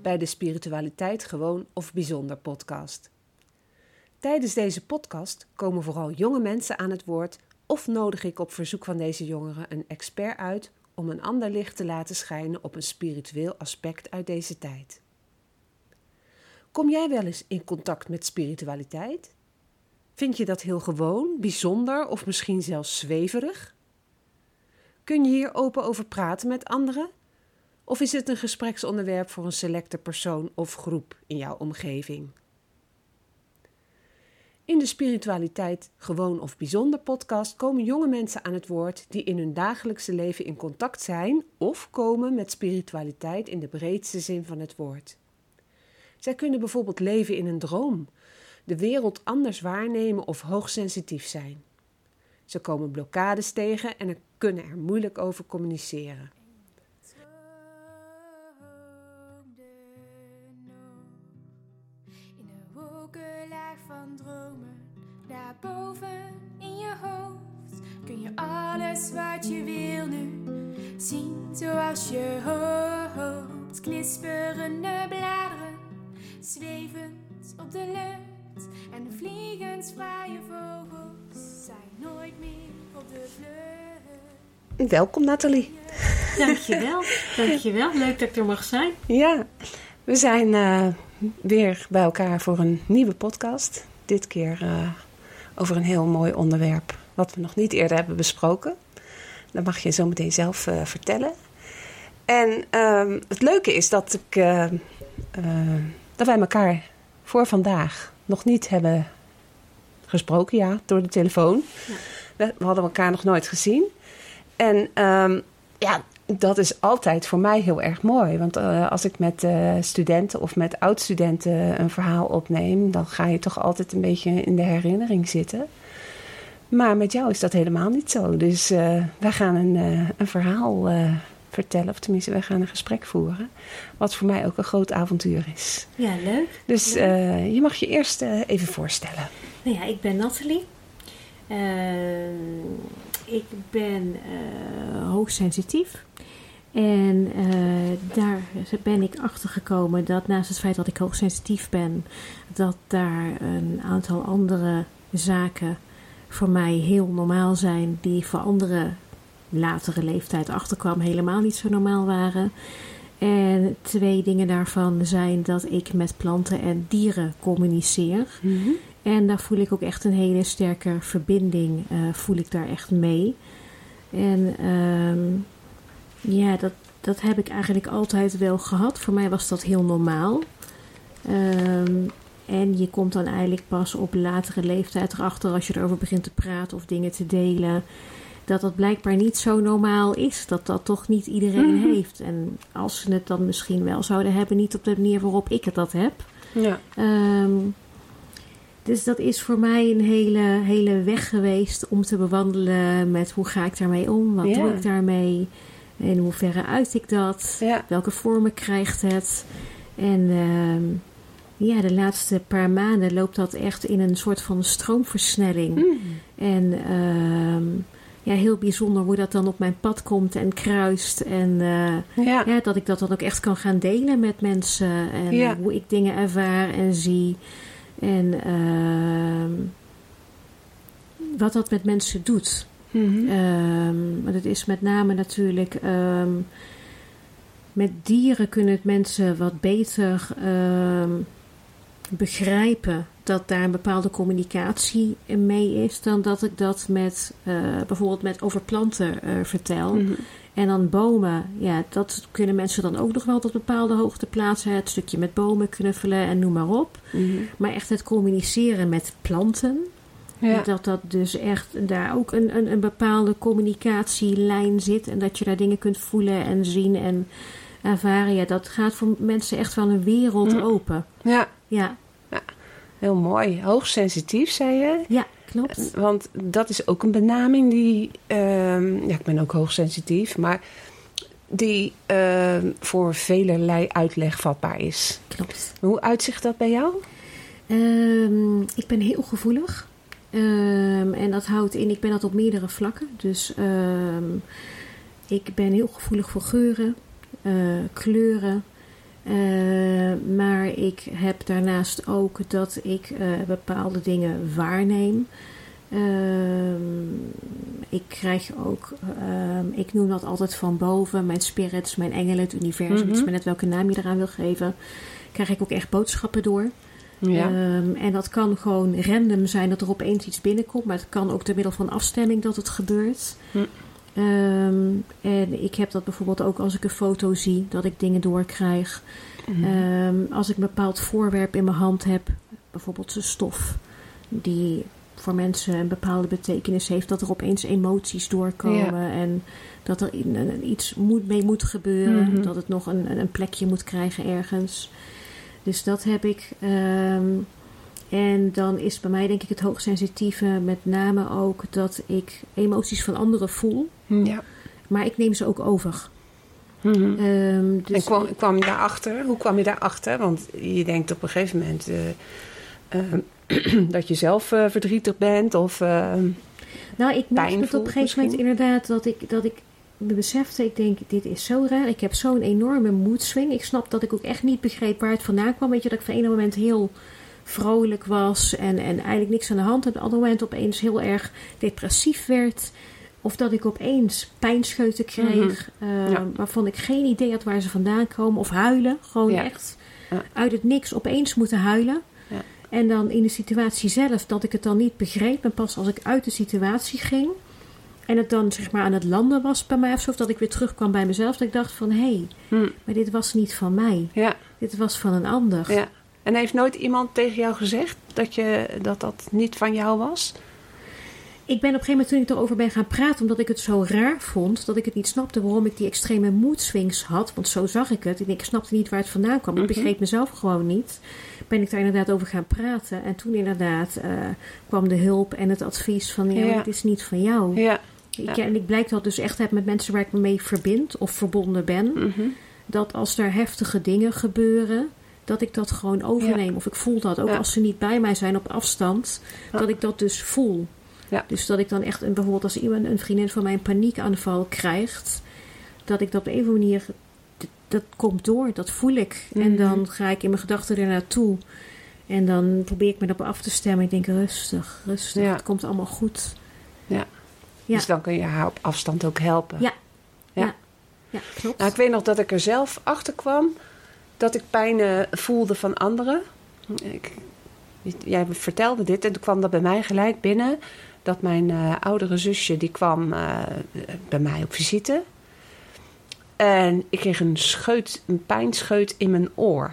bij de Spiritualiteit Gewoon of Bijzonder podcast. Tijdens deze podcast komen vooral jonge mensen aan het woord of nodig ik op verzoek van deze jongeren een expert uit om een ander licht te laten schijnen op een spiritueel aspect uit deze tijd. Kom jij wel eens in contact met spiritualiteit? Vind je dat heel gewoon, bijzonder of misschien zelfs zweverig? Kun je hier open over praten met anderen? Of is het een gespreksonderwerp voor een selecte persoon of groep in jouw omgeving? In de Spiritualiteit Gewoon of Bijzonder podcast komen jonge mensen aan het woord die in hun dagelijkse leven in contact zijn of komen met spiritualiteit in de breedste zin van het woord. Zij kunnen bijvoorbeeld leven in een droom, de wereld anders waarnemen of hoogsensitief zijn. Ze komen blokkades tegen en kunnen er moeilijk over communiceren. In de wolkenlaag van dromen, daarboven in je hoofd, kun je alles wat je wil nu zien zoals je hoopt. Knisperende bladeren, zwevend op de lucht en vliegensvrije vogels zijn nooit meer op de vlucht. Welkom Nathalie. Dankjewel. Leuk dat ik er mag zijn. Ja, we zijn weer bij elkaar voor een nieuwe podcast. Dit keer over een heel mooi onderwerp wat we nog niet eerder hebben besproken. Dat mag je zo meteen zelf vertellen. En het leuke is dat dat wij elkaar voor vandaag nog niet hebben gesproken, ja, door de telefoon. Ja. We hadden elkaar nog nooit gezien. En dat is altijd voor mij heel erg mooi. Want als ik met studenten of met oud-studenten een verhaal opneem, dan ga je toch altijd een beetje in de herinnering zitten. Maar met jou is dat helemaal niet zo. Dus wij gaan een verhaal vertellen, of tenminste, wij gaan een gesprek voeren. Wat voor mij ook een groot avontuur is. Ja, leuk. Dus je mag je eerst even voorstellen. Nou ja, ik ben Nathalie. Ik ben hoogsensitief. En daar ben ik achter gekomen dat naast het feit dat ik hoogsensitief ben, dat daar een aantal andere zaken voor mij heel normaal zijn, die voor anderen latere leeftijd achterkwam helemaal niet zo normaal waren. En 2 dingen daarvan zijn dat ik met planten en dieren communiceer. Mm-hmm. En daar voel ik ook echt een hele sterke verbinding, voel ik daar echt mee. En dat heb ik eigenlijk altijd wel gehad. Voor mij was dat heel normaal. En je komt dan eigenlijk pas op latere leeftijd erachter, als je erover begint te praten of dingen te delen, dat blijkbaar niet zo normaal is. Dat toch niet iedereen heeft. En als ze het dan misschien wel zouden hebben, niet op de manier waarop ik het heb. Ja. Dus dat is voor mij een hele weg geweest om te bewandelen met hoe ga ik daarmee om? Wat doe ik daarmee? In hoeverre uit ik dat? Ja. Welke vormen krijgt het? En de laatste paar maanden loopt dat echt in een soort van stroomversnelling. En heel bijzonder hoe dat dan op mijn pad komt en kruist. En dat ik dat dan ook echt kan gaan delen met mensen. En hoe ik dingen ervaar en zie. En wat dat met mensen doet. Mm-hmm. Want het is met name natuurlijk met dieren kunnen het mensen wat beter begrijpen dat daar een bepaalde communicatie mee is, dan dat ik dat met bijvoorbeeld met over planten vertel. Mm-hmm. En dan bomen, dat kunnen mensen dan ook nog wel tot bepaalde hoogte plaatsen. Het stukje met bomen knuffelen en noem maar op. Mm-hmm. Maar echt het communiceren met planten. Ja. Dat dus echt daar ook een bepaalde communicatielijn zit. En dat je daar dingen kunt voelen en zien en ervaren. Ja, dat gaat voor mensen echt wel een wereld open. Ja. Heel mooi. Hoogsensitief, zei je? Ja, klopt. Want dat is ook een benaming die... ik ben ook hoogsensitief, maar die voor velerlei uitleg vatbaar is. Klopt. Hoe uitzicht dat bij jou? Ik ben heel gevoelig. En dat houdt in, ik ben dat op meerdere vlakken. Dus ik ben heel gevoelig voor geuren, kleuren. Maar ik heb daarnaast ook dat ik bepaalde dingen waarneem. Ik krijg ook, ik noem dat altijd van boven, mijn spirits, mijn engelen, het universum, het is maar net welke naam je eraan wil geven, krijg ik ook echt boodschappen door. Ja. En dat kan gewoon random zijn dat er opeens iets binnenkomt, maar het kan ook door middel van afstemming dat het gebeurt. En ik heb dat bijvoorbeeld ook als ik een foto zie, dat ik dingen doorkrijg. Als ik een bepaald voorwerp in mijn hand heb, bijvoorbeeld een stof die voor mensen een bepaalde betekenis heeft, dat er opeens emoties doorkomen en dat er iets mee moet gebeuren, dat het nog een plekje moet krijgen ergens. Dus dat heb ik. En dan is bij mij denk ik het hoogsensitieve met name ook dat ik emoties van anderen voel, maar ik neem ze ook over. Dus en kwam je daarachter? Hoe kwam je daarachter? Want je denkt op een gegeven moment dat je zelf verdrietig bent of nou, ik merkte het op een gegeven misschien moment inderdaad dat ik me besefte, ik denk, dit is zo raar. Ik heb zo'n enorme moedswing. Ik snap dat ik ook echt niet begreep waar het vandaan kwam. Weet je, dat ik van ene moment heel vrolijk was en eigenlijk niks aan de hand. En op het andere moment opeens heel erg depressief werd. Of dat ik opeens pijnscheuten kreeg, waarvan ik geen idee had waar ze vandaan komen. Of huilen, gewoon echt uit het niks opeens moeten huilen. Ja. En dan in de situatie zelf, dat ik het dan niet begreep. En pas als ik uit de situatie ging en het dan zeg maar aan het landen was bij mij of zo, of dat ik weer terugkwam bij mezelf, dat ik dacht van, hé, maar dit was niet van mij. Ja. Dit was van een ander. Ja. En heeft nooit iemand tegen jou gezegd dat niet van jou was? Ik ben op een gegeven moment, toen ik erover ben gaan praten, omdat ik het zo raar vond, dat ik het niet snapte waarom ik die extreme moedswings had. Want zo zag ik het. En ik snapte niet waar het vandaan kwam. Ik begreep mezelf gewoon niet. Ben ik daar inderdaad over gaan praten. En toen inderdaad kwam de hulp en het advies van, ja, het is niet van jou. Ja. En ik blijk dat dus echt heb met mensen waar ik me mee verbind of verbonden ben. Dat als er heftige dingen gebeuren, dat ik dat gewoon overneem. Of ik voel dat. Ook als ze niet bij mij zijn op afstand, dat ik dat dus voel. Ja. Dus dat ik dan echt, bijvoorbeeld als iemand, een vriendin van mij een paniekaanval krijgt, dat ik dat op een of andere manier, dat komt door, dat voel ik. En dan ga ik in mijn gedachten er naartoe. En dan probeer ik me daarop af te stemmen. Ik denk, rustig, het komt allemaal goed. Ja. Dus dan kun je haar op afstand ook helpen. Ja, klopt. Nou, ik weet nog dat ik er zelf achter kwam dat ik pijn voelde van anderen. Jij vertelde dit en toen kwam dat bij mij gelijk binnen. Dat mijn oudere zusje, die kwam bij mij op visite. En ik kreeg een pijnscheut in mijn oor.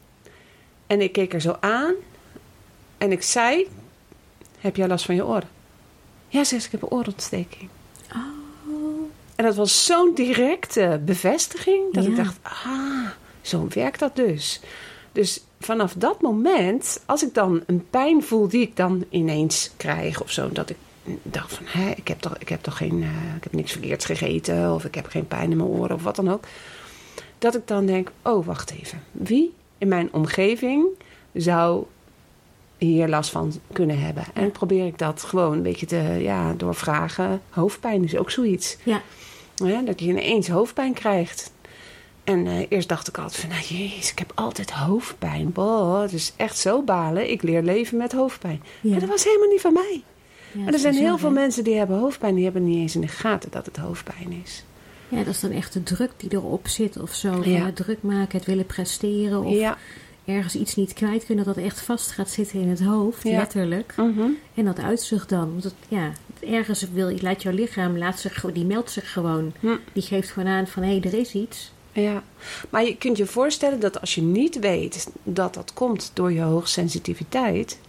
En ik keek er zo aan. En ik zei, heb jij last van je oren? Ja, zei ze, ik heb een oorontsteking. Oh. En dat was zo'n directe bevestiging. Dat ik dacht, zo werkt dat dus. Dus vanaf dat moment, als ik dan een pijn voel die ik dan ineens krijg of zo, dat ik dacht van, ik heb niks verkeerds gegeten of ik heb geen pijn in mijn oren of wat dan ook. Dat ik dan denk, oh wacht even, wie in mijn omgeving zou hier last van kunnen hebben? En probeer ik dat gewoon een beetje doorvragen. Hoofdpijn is ook zoiets. Ja, dat je ineens hoofdpijn krijgt. En eerst dacht ik altijd van, jezus, ik heb altijd hoofdpijn. Boah, het is echt zo balen. Ik leer leven met hoofdpijn. Ja. Maar dat was helemaal niet van mij. Ja, en er zijn heel veel mensen die hebben hoofdpijn. Die hebben niet eens in de gaten dat het hoofdpijn is. Ja, dat is dan echt de druk die erop zit of zo. Ja. Het druk maken, het willen presteren of ergens iets niet kwijt kunnen. Dat het echt vast gaat zitten in het hoofd, letterlijk. En dat uitzicht dan. Want ergens laat jouw lichaam, die meldt zich gewoon. Die geeft gewoon aan van, er is iets. Ja, maar je kunt je voorstellen dat als je niet weet dat dat komt door je hoogsensitiviteit,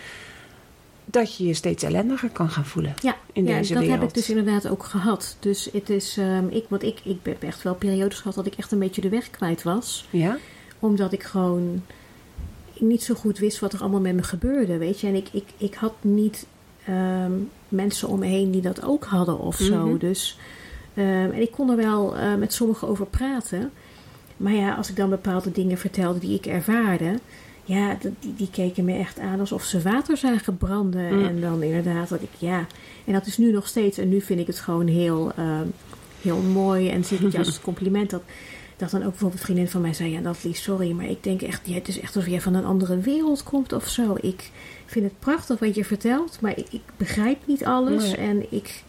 dat je je steeds ellendiger kan gaan voelen in deze wereld. Ja, dat heb ik dus inderdaad ook gehad. Dus het is, ik heb echt wel periodes gehad dat ik echt een beetje de weg kwijt was. Ja. Omdat ik gewoon niet zo goed wist wat er allemaal met me gebeurde, weet je. En ik had niet mensen om me heen die dat ook hadden of zo, dus. En ik kon er wel met sommigen over praten. Maar als ik dan bepaalde dingen vertelde die ik ervaarde, die keken me echt aan alsof ze water zagen branden. En dan inderdaad dat ik, en dat is nu nog steeds. En nu vind ik het gewoon heel, heel mooi. En zie ik het juist als compliment dat dan ook bijvoorbeeld een vriendin van mij zei... ja, Nathalie, sorry, maar ik denk echt... het is echt alsof jij van een andere wereld komt of zo. Ik vind het prachtig wat je vertelt, maar ik begrijp niet alles. Nee. En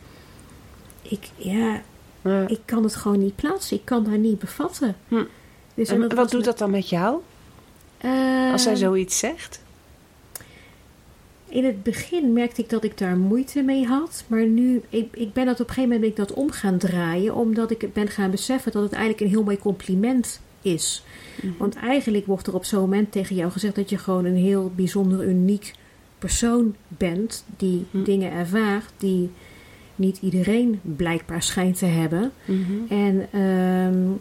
ik kan het gewoon niet plaatsen. Ik kan daar niet bevatten. Dus, en wat doet dat dan met jou? Als zij zoiets zegt? In het begin merkte ik dat ik daar moeite mee had. Maar nu, ik ben dat op een gegeven moment dat om gaan draaien. Omdat ik ben gaan beseffen dat het eigenlijk een heel mooi compliment is. Want eigenlijk wordt er op zo'n moment tegen jou gezegd dat je gewoon een heel bijzonder uniek persoon bent. Die dingen ervaart die niet iedereen blijkbaar schijnt te hebben. En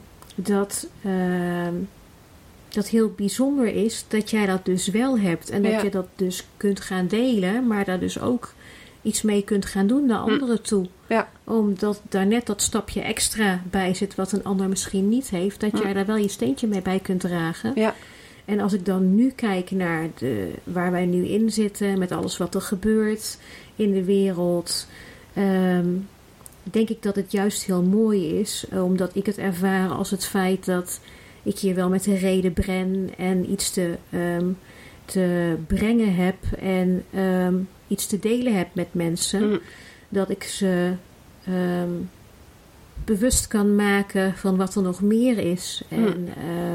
dat heel bijzonder is dat jij dat dus wel hebt. En dat je dat dus kunt gaan delen, maar daar dus ook iets mee kunt gaan doen naar anderen toe. Ja. Omdat daar net dat stapje extra bij zit wat een ander misschien niet heeft. Dat jij daar wel je steentje mee bij kunt dragen. Ja. En als ik dan nu kijk naar waar wij nu in zitten, met alles wat er gebeurt in de wereld, denk ik dat het juist heel mooi is. Omdat ik het ervaar als het feit dat ik hier wel met een reden ben en iets te brengen heb en iets te delen heb met mensen. Dat ik ze bewust kan maken van wat er nog meer is. En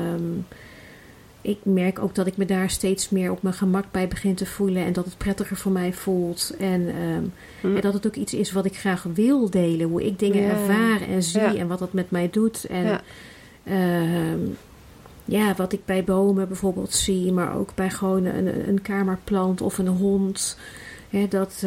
ik merk ook dat ik me daar steeds meer op mijn gemak bij begin te voelen en dat het prettiger voor mij voelt. En dat het ook iets is wat ik graag wil delen. Hoe ik dingen ervaar en zie en wat dat met mij doet. En wat ik bij bomen bijvoorbeeld zie, maar ook bij gewoon een kamerplant of een hond. Dat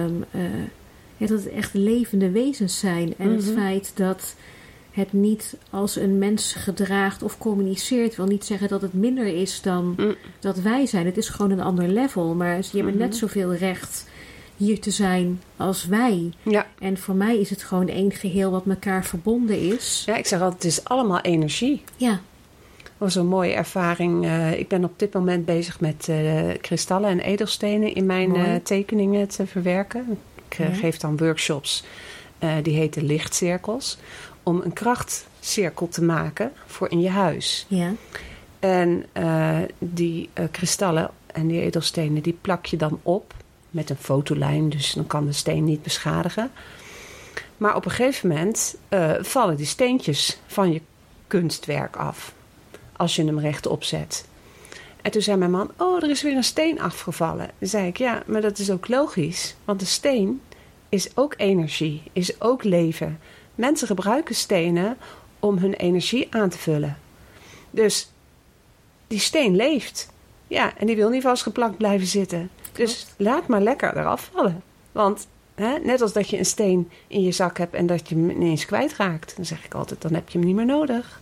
het echt levende wezens zijn. En het feit dat het niet als een mens gedraagt of communiceert, wil niet zeggen dat het minder is dan dat wij zijn. Het is gewoon een ander level. Maar je hebt net zoveel recht hier te zijn als wij. Ja. En voor mij is het gewoon één geheel wat met elkaar verbonden is. Ja, ik zeg altijd, het is allemaal energie. Ja. Dat was een mooie ervaring. Ik ben op dit moment bezig met kristallen en edelstenen in mijn tekeningen te verwerken. Ik geef dan workshops, die heten lichtcirkels, om een krachtcirkel te maken voor in je huis. Ja. En die kristallen en die edelstenen, die plak je dan op met een fotolijn, dus dan kan de steen niet beschadigen. Maar op een gegeven moment vallen die steentjes van je kunstwerk af, als je hem rechtop zet. En toen zei mijn man, er is weer een steen afgevallen. Dan zei ik, ja, maar dat is ook logisch. Want de steen is ook energie, is ook leven. Mensen gebruiken stenen om hun energie aan te vullen. Dus die steen leeft. Ja, en die wil niet vastgeplakt blijven zitten. Dus laat maar lekker eraf vallen. Want net als dat je een steen in je zak hebt en dat je hem ineens kwijtraakt, dan zeg ik altijd, dan heb je hem niet meer nodig.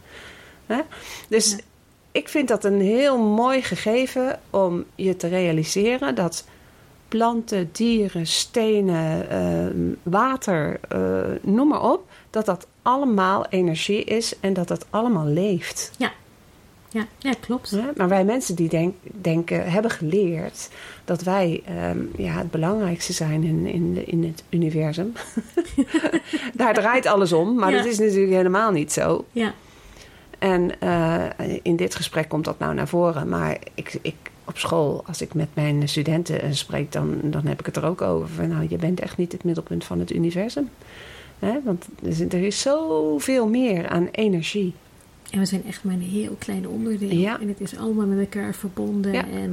Dus ik vind dat een heel mooi gegeven om je te realiseren dat planten, dieren, stenen, water, noem maar op, dat allemaal energie is en dat dat allemaal leeft. Ja, klopt. Maar wij mensen die hebben geleerd dat wij het belangrijkste zijn in het universum. Daar draait alles om, maar dat is natuurlijk helemaal niet zo. Ja. En in dit gesprek komt dat nou naar voren. Maar ik op school, als ik met mijn studenten spreek, dan heb ik het er ook over. Van, je bent echt niet het middelpunt van het universum. Want er is zoveel meer aan energie. En we zijn echt maar een heel klein onderdeel. Ja. En het is allemaal met elkaar verbonden. Ja. En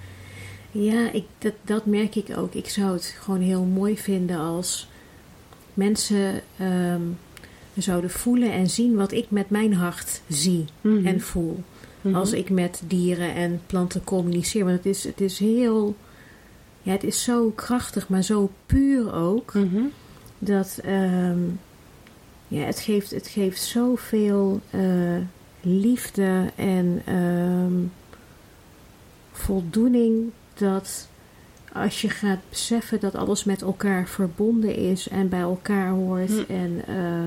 dat merk ik ook. Ik zou het gewoon heel mooi vinden als mensen zouden voelen en zien wat ik met mijn hart zie en voel. Als ik met dieren en planten communiceer. Want het is heel... Ja, het is zo krachtig, maar zo puur ook. Dat... het geeft zoveel liefde en voldoening, dat als je gaat beseffen dat alles met elkaar verbonden is en bij elkaar hoort en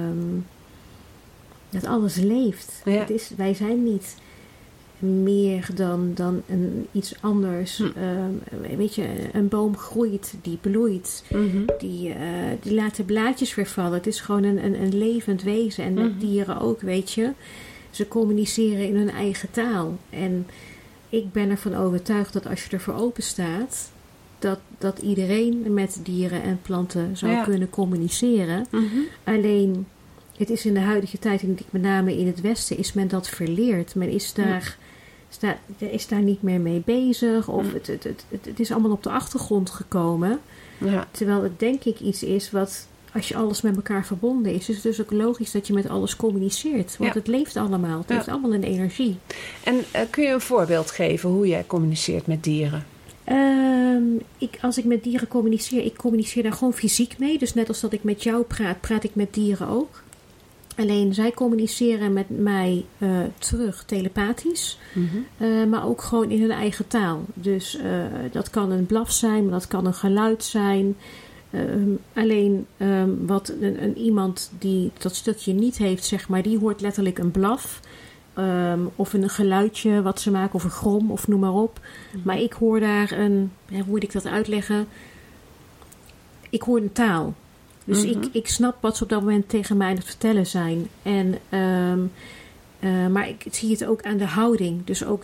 dat alles leeft. Ja. Wij zijn niet meer dan iets anders. Weet je, een boom groeit, die bloeit, die laat de blaadjes weer vallen. Het is gewoon een levend wezen. En met dieren ook, weet je. ze communiceren in hun eigen taal. En ik ben ervan overtuigd dat als je ervoor open staat, dat iedereen met dieren en planten zou kunnen communiceren. Mm-hmm. Alleen, het is in de huidige tijd, en met name in het Westen, is men dat verleerd. Men is daar niet meer mee bezig. Of het is allemaal op de achtergrond gekomen. Ja. Terwijl het denk ik iets is wat, als je alles met elkaar verbonden is het dus ook logisch dat je met alles communiceert. Want het leeft allemaal. Het heeft allemaal een energie. En kun je een voorbeeld geven hoe jij communiceert met dieren? Als ik met dieren communiceer, ik communiceer daar gewoon fysiek mee. Dus net als dat ik met jou praat ik met dieren ook. Alleen zij communiceren met mij terug telepathisch. Mm-hmm. Maar ook gewoon in hun eigen taal. Dus dat kan een blaf zijn, maar dat kan een geluid zijn. Alleen wat iemand die dat stukje niet heeft, zeg maar, die hoort letterlijk een blaf. Of een geluidje wat ze maken, of een grom, of noem maar op. Mm-hmm. Maar ik hoor daar hoe moet ik dat uitleggen? Ik hoor een taal. Dus mm-hmm. ik snap wat ze op dat moment tegen mij aan het vertellen zijn. En, maar ik zie het ook aan de houding. Dus ook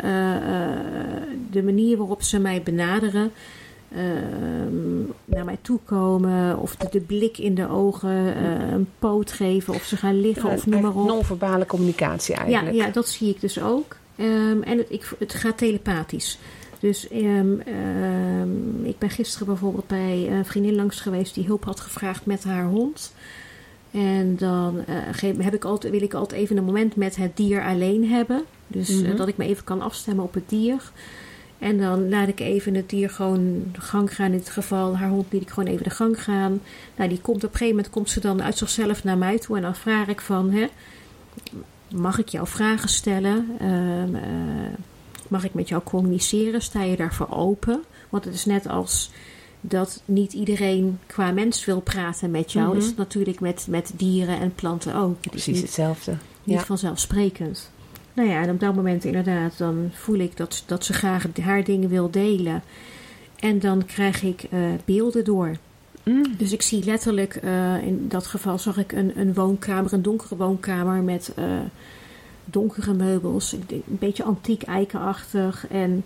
de manier waarop ze mij benaderen. Naar mij toe komen. Of de blik in de ogen. Een poot geven. Of ze gaan liggen. Of noem maar op. Non-verbale communicatie eigenlijk. Ja, dat zie ik dus ook. En het gaat telepathisch. Dus ik ben gisteren bijvoorbeeld bij een vriendin langs geweest die hulp had gevraagd met haar hond. En dan wil ik altijd even een moment met het dier alleen hebben. Dus mm-hmm. Dat ik me even kan afstemmen op het dier. En dan laat ik even het dier gewoon de gang gaan. In dit geval, haar hond liet ik gewoon even de gang gaan. Nou, die komt op een gegeven moment, komt ze dan uit zichzelf naar mij toe. En dan vraag ik van, mag ik jou vragen stellen? Mag ik met jou communiceren? Sta je daarvoor open? Want het is net als dat niet iedereen qua mens wil praten met jou. Mm-hmm. Is het natuurlijk met dieren en planten ook. Het precies is hetzelfde. Niet vanzelfsprekend. Nou ja, en op dat moment inderdaad, dan voel ik dat ze graag haar dingen wil delen. En dan krijg ik beelden door. Mm. Dus ik zie letterlijk, in dat geval zag ik een woonkamer, een donkere woonkamer met donkere meubels. Een beetje antiek eikenachtig. En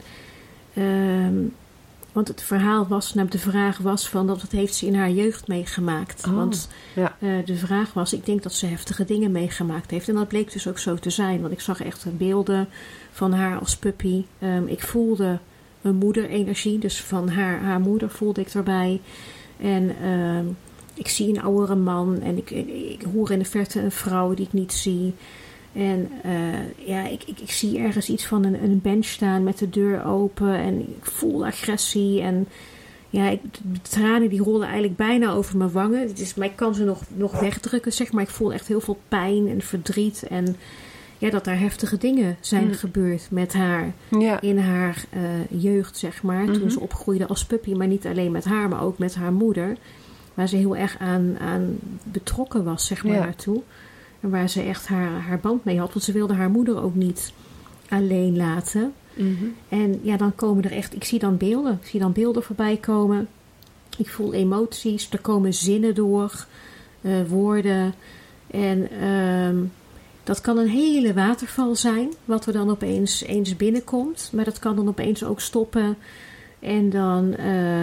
want het verhaal was, de vraag was van dat heeft ze in haar jeugd meegemaakt. Want de vraag was, ik denk dat ze heftige dingen meegemaakt heeft. En dat bleek dus ook zo te zijn. Want ik zag echt beelden van haar als puppy. Ik voelde een moederenergie. Dus van haar moeder voelde ik erbij. En ik zie een oudere man. En ik hoor in de verte een vrouw die ik niet zie. En ik zie ergens iets van een bench staan met de deur open. En ik voel agressie. En de tranen die rollen eigenlijk bijna over mijn wangen. Maar ik kan ze nog wegdrukken, zeg maar. Ik voel echt heel veel pijn en verdriet. En dat daar heftige dingen zijn gebeurd met haar. Ja. In haar jeugd, zeg maar. Mm-hmm. Toen ze opgroeide als puppy. Maar niet alleen met haar, maar ook met haar moeder. Waar ze heel erg aan betrokken was, zeg maar, naartoe. En waar ze echt haar band mee had. Want ze wilde haar moeder ook niet alleen laten. Mm-hmm. En dan komen er echt... Ik zie dan beelden voorbij komen. Ik voel emoties. Er komen zinnen door. Woorden. En dat kan een hele waterval zijn. Wat er dan opeens binnenkomt. Maar dat kan dan opeens ook stoppen. En dan...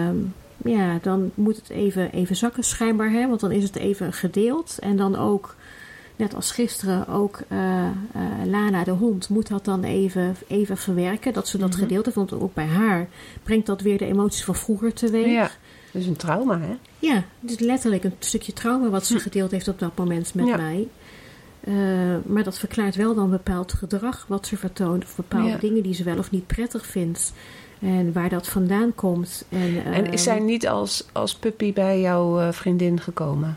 dan moet het even zakken schijnbaar. Hè? Want dan is het even gedeeld. En dan ook... Net als gisteren ook Lana de hond moet dat dan even verwerken. Dat ze dat gedeeld heeft. Want ook bij haar brengt dat weer de emoties van vroeger teweeg. Ja, dus een trauma, hè? Ja, dus letterlijk een stukje trauma wat ze gedeeld heeft op dat moment met mij. Maar dat verklaart wel dan bepaald gedrag wat ze vertoont. Of bepaalde dingen die ze wel of niet prettig vindt. En waar dat vandaan komt. En is zij niet als puppy bij jouw vriendin gekomen?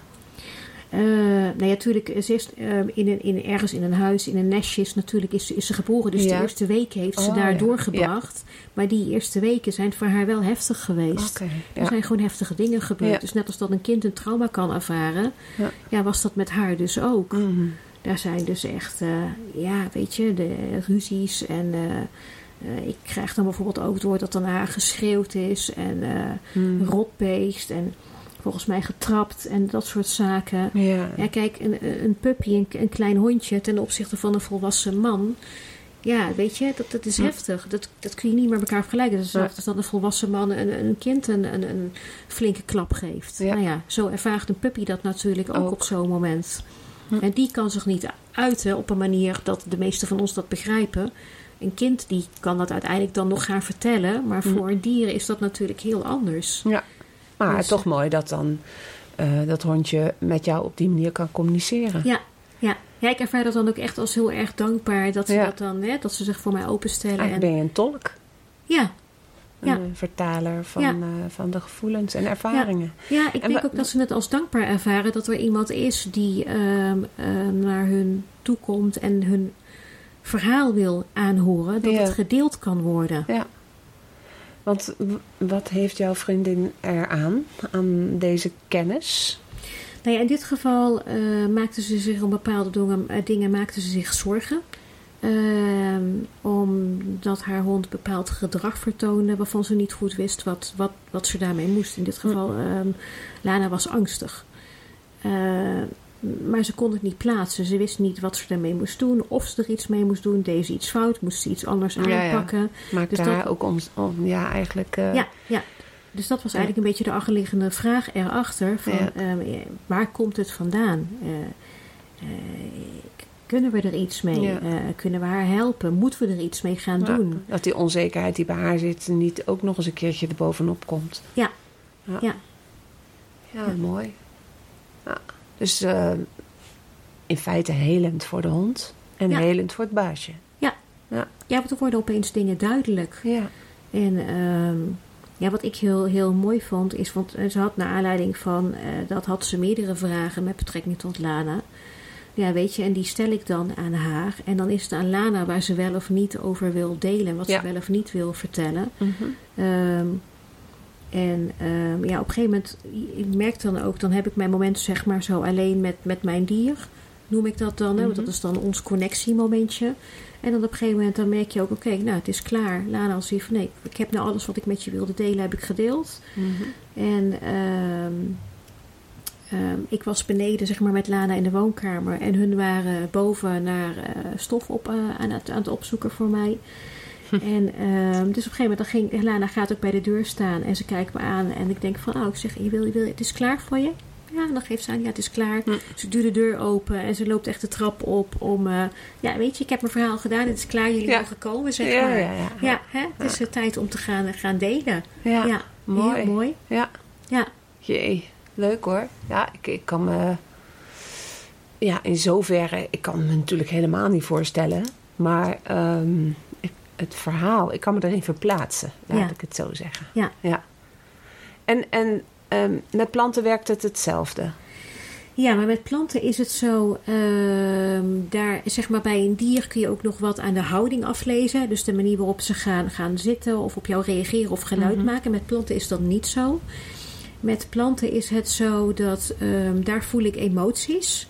Natuurlijk, ze is ergens in een huis, in een nestje, natuurlijk is ze geboren. Dus de eerste weken heeft ze daar doorgebracht. Ja. Maar die eerste weken zijn voor haar wel heftig geweest. Okay, er zijn gewoon heftige dingen gebeurd. Ja. Dus net als dat een kind een trauma kan ervaren, was dat met haar dus ook. Mm-hmm. Daar zijn dus echt, de ruzies en... ik krijg dan bijvoorbeeld ook door dat dan haar geschreeuwd is en rotbeest en... volgens mij getrapt en dat soort zaken. Ja. Ja, kijk, een puppy, een klein hondje ten opzichte van een volwassen man. Ja, weet je, dat is heftig. Dat kun je niet met elkaar vergelijken. Dat is hetzelfde als dat een volwassen man een kind een flinke klap geeft. Ja. Nou ja, zo ervaart een puppy dat natuurlijk ook op zo'n moment. En die kan zich niet uiten op een manier dat de meesten van ons dat begrijpen. Een kind die kan dat uiteindelijk dan nog gaan vertellen. Maar voor een dier is dat natuurlijk heel anders. Ja, maar Dus, toch mooi dat dan dat hondje met jou op die manier kan communiceren. Ja. Ja, ik ervaar dat dan ook echt als heel erg dankbaar. Dat ze dat dan, dat ze zich voor mij openstellen. Eigenlijk ben je een tolk. Ja. Een vertaler van de gevoelens en ervaringen. Ja, ik denk ook dat ze het als dankbaar ervaren dat er iemand is die naar hun toe komt en hun verhaal wil aanhoren. Dat het gedeeld kan worden. Ja. Want wat heeft jouw vriendin eraan, aan deze kennis? Nou ja, in dit geval maakte ze zich om bepaalde dingen maakte ze zich zorgen. Omdat haar hond bepaald gedrag vertoonde waarvan ze niet goed wist wat ze daarmee moest. In dit geval, Lana was angstig. Maar ze kon het niet plaatsen. Ze wist niet wat ze daarmee moest doen. Of ze er iets mee moest doen. Deed ze iets fout? Moest ze iets anders aanpakken? Ja. Maakte dus haar ook eigenlijk... Ja. Dus dat was eigenlijk een beetje de achterliggende vraag erachter. Van, waar komt het vandaan? Kunnen we er iets mee? Ja. Kunnen we haar helpen? Moeten we er iets mee gaan doen? Dat die onzekerheid die bij haar zit niet ook nog eens een keertje erbovenop komt. Ja, mooi. Ja. Dus in feite helend voor de hond en helend voor het baasje. Ja, want er worden opeens dingen duidelijk. Ja. En wat ik heel, heel mooi vond is, want ze had naar aanleiding van, dat had ze meerdere vragen met betrekking tot Lana. Ja, weet je, en die stel ik dan aan haar. En dan is het aan Lana waar ze wel of niet over wil delen. Wat ze wel of niet wil vertellen. Mm-hmm. Op een gegeven moment, ik merk dan ook, dan heb ik mijn moment zeg maar zo alleen met mijn dier. Noem ik dat dan, mm-hmm. Want dat is dan ons connectiemomentje. En dan op een gegeven moment dan merk je ook, oké, nou het is klaar. Lana als van nee, ik heb nou alles wat ik met je wilde delen, heb ik gedeeld. Mm-hmm. En ik was beneden zeg maar met Lana in de woonkamer. En hun waren boven naar stof aan het opzoeken voor mij. Dus op een gegeven moment dan ging Lana gaat ook bij de deur staan. En ze kijkt me aan. En ik denk van, ik zeg, je wil, het is klaar voor je? Ja, en dan geeft ze aan, ja, het is klaar. Ze duwt de deur open en ze loopt echt de trap op om... weet je, ik heb mijn verhaal gedaan. Het is klaar, jullie mogen komen, zeg maar. Ja, het is tijd om te gaan delen. Ja, mooi. Heel mooi. Ja. Jee, leuk hoor. Ja, ik kan me... Ja, in zoverre... Ik kan me natuurlijk helemaal niet voorstellen. Maar het verhaal, ik kan me erin verplaatsen. Laat ik het zo zeggen. Ja. En met planten werkt het hetzelfde? Ja, maar met planten is het zo... daar, zeg maar, bij een dier kun je ook nog wat aan de houding aflezen. Dus de manier waarop ze gaan zitten of op jou reageren of geluid maken. Met planten is dat niet zo. Met planten is het zo dat daar voel ik emoties.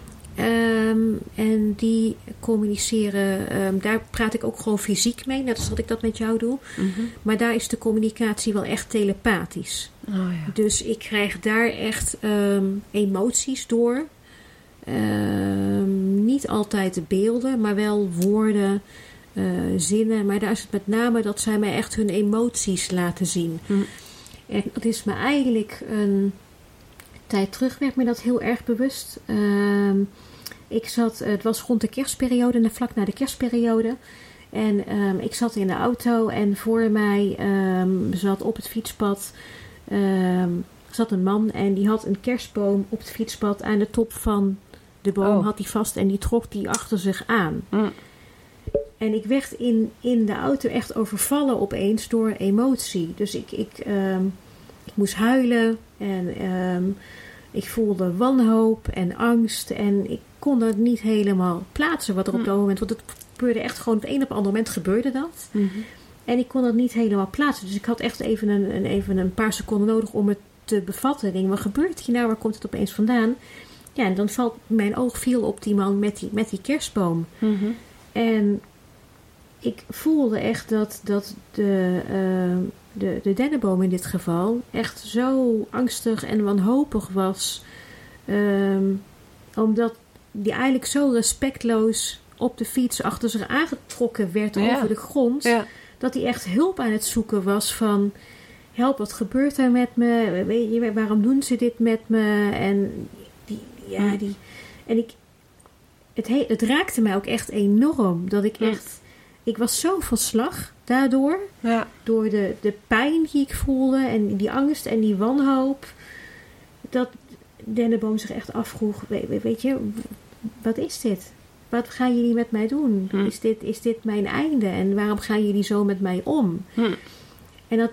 En die communiceren, daar praat ik ook gewoon fysiek mee. Net als dat ik dat met jou doe. Mm-hmm. Maar daar is de communicatie wel echt telepathisch. Oh, ja. Dus ik krijg daar echt emoties door. Niet altijd de beelden, maar wel woorden, zinnen. Maar daar is het met name dat zij mij echt hun emoties laten zien. Mm. En dat is me eigenlijk een tijd terug werd me dat heel erg bewust. Het was rond de kerstperiode, vlak na de kerstperiode. En ik zat in de auto en voor mij zat op het fietspad zat een man en die had een kerstboom op het fietspad aan de top van de boom had hij vast en die trok die achter zich aan. Mm. En ik werd in de auto echt overvallen opeens door emotie. Dus ik moest huilen en ik voelde wanhoop en angst. En ik kon dat niet helemaal plaatsen wat er op dat moment... Want het gebeurde echt gewoon op een of ander moment gebeurde dat. Mm-hmm. En ik kon dat niet helemaal plaatsen. Dus ik had echt even een paar seconden nodig om het te bevatten. Ik denk, wat gebeurt hier nou? Waar komt het opeens vandaan? Ja, en dan mijn oog viel op die man met die kerstboom. Mm-hmm. En ik voelde echt dat de dennenboom in dit geval echt zo angstig en wanhopig was. Omdat die eigenlijk zo respectloos op de fiets achter zich aangetrokken werd over de grond. Ja. Dat hij echt hulp aan het zoeken was van... Help, wat gebeurt er met me? Weet je, waarom doen ze dit met me? En het raakte mij ook echt enorm. Dat ik echt... Ik was zo van slag daardoor. Ja. Door de pijn die ik voelde. En die angst en die wanhoop. Dat Dennenboom zich echt afvroeg. Weet je, wat is dit? Wat gaan jullie met mij doen? Is dit mijn einde? En waarom gaan jullie zo met mij om? En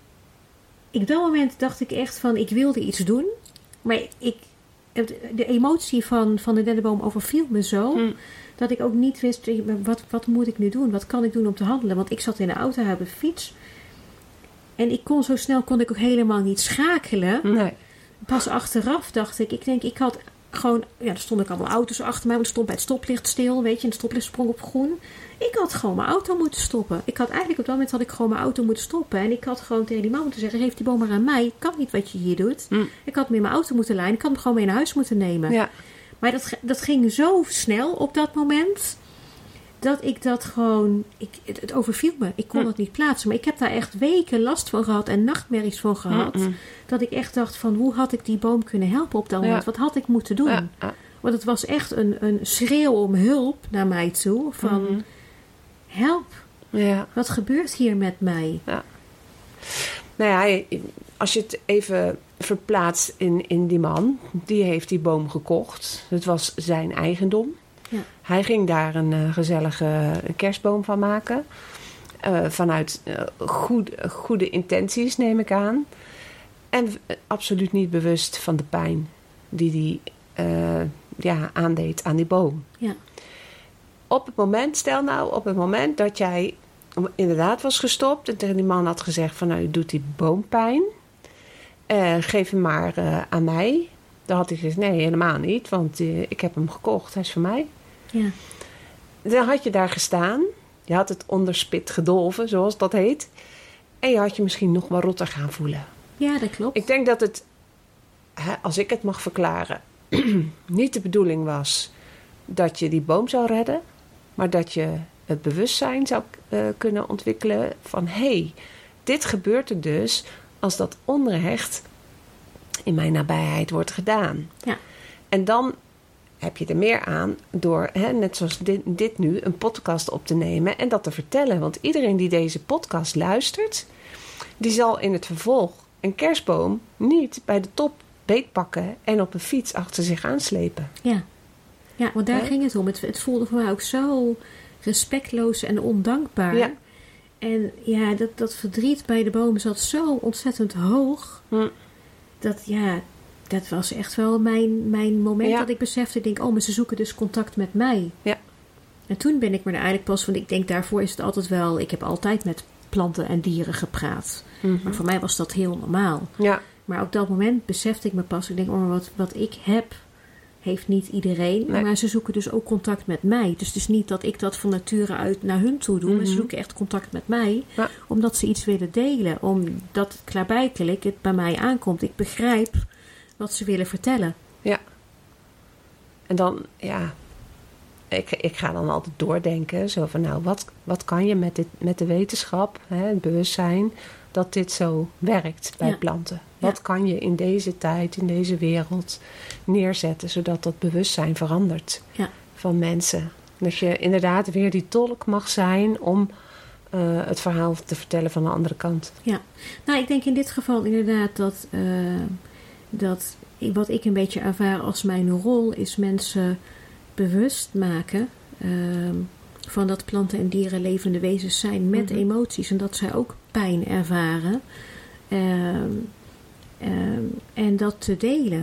op dat moment dacht ik echt van... Ik wilde iets doen. Maar de emotie van de dennenboom overviel me zo... Dat ik ook niet wist... Wat moet ik nu doen? Wat kan ik doen om te handelen? Want ik zat in de auto, op de fiets. En zo snel kon ik ook helemaal niet schakelen. Nee. Pas achteraf dacht ik... Ik had gewoon... Ja, er stonden allemaal auto's achter mij. Want ik stond bij het stoplicht stil. Weet je, en het stoplicht sprong op groen. Ik had gewoon mijn auto moeten stoppen. Op dat moment had ik gewoon mijn auto moeten stoppen. En ik had gewoon tegen die man moeten zeggen... Geef die boom maar aan mij. Ik kan niet wat je hier doet. Ik had hem in mijn auto moeten lijnen. Ik had hem gewoon mee naar huis moeten nemen. Ja. Maar dat ging zo snel op dat moment... Dat ik dat gewoon... Het overviel me. Ik kon het niet plaatsen. Maar ik heb daar echt weken last van gehad. En nachtmerries van gehad. Dat ik echt dacht van... Hoe had ik die boom kunnen helpen op dat moment? Wat had ik moeten doen? Want het was echt een schreeuw om hulp naar mij toe. Van... Help. Ja. Wat gebeurt hier met mij? Ja. Nou ja, als je het even verplaatst in die man. Die heeft die boom gekocht. Het was zijn eigendom. Ja. Hij ging daar een gezellige kerstboom van maken. Vanuit goede intenties, neem ik aan. En moment niet bewust van de pijn die hij aandeed aan die boom. Ja. Op het moment dat jij inderdaad was gestopt... en tegen die man had gezegd van... nou, je doet die boom pijn. Geef hem maar aan mij. Dan had hij gezegd, nee, helemaal niet. Want ik heb hem gekocht, hij is van mij. Ja. Dan had je daar gestaan. Je had het onderspit gedolven, zoals dat heet. En je had je misschien nog wel rotter gaan voelen. Ja, dat klopt. Ik denk dat het, als ik het mag verklaren... niet de bedoeling was dat je die boom zou redden... maar dat je het bewustzijn zou kunnen ontwikkelen van... hé, dit gebeurt er dus als dat onrecht in mijn nabijheid wordt gedaan. Ja. En dan heb je er meer aan door, net zoals dit nu, een podcast op te nemen... en dat te vertellen. Want iedereen die deze podcast luistert... die zal in het vervolg een kerstboom niet bij de top beetpakken... en op een fiets achter zich aanslepen. Ja, want daar ging het om. Het voelde voor mij ook zo respectloos en ondankbaar. Ja. En ja, dat verdriet bij de bomen zat zo ontzettend hoog. Dat was echt wel mijn moment dat ik besefte. Ik denk, maar ze zoeken dus contact met mij. Ja. En toen ben ik me er eigenlijk pas van... Ik denk, daarvoor is het altijd wel... Ik heb altijd met planten en dieren gepraat. Mm-hmm. Maar voor mij was dat heel normaal. Ja. Maar op dat moment besefte ik me pas... Ik denk, wat ik heb... heeft niet iedereen. Nee. Maar ze zoeken dus ook contact met mij. Dus het is niet dat ik dat van nature uit naar hun toe doe. Mm-hmm. Maar ze zoeken echt contact met mij. Ja. Omdat ze iets willen delen. Omdat klaarblijkelijk het bij mij aankomt. Ik begrijp wat ze willen vertellen. Ja. En dan, ik ga dan altijd doordenken. Zo van, nou, wat kan je met de wetenschap, het bewustzijn... dat dit zo werkt bij planten? Wat kan je in deze tijd, in deze wereld neerzetten... zodat dat bewustzijn verandert van mensen? Dat je inderdaad weer die tolk mag zijn... om het verhaal te vertellen van de andere kant. Ja, nou, ik denk in dit geval inderdaad dat wat ik een beetje ervaar als mijn rol... is mensen bewust maken... van dat planten en dieren levende wezens zijn met emoties... en dat zij ook pijn ervaren... en dat te delen.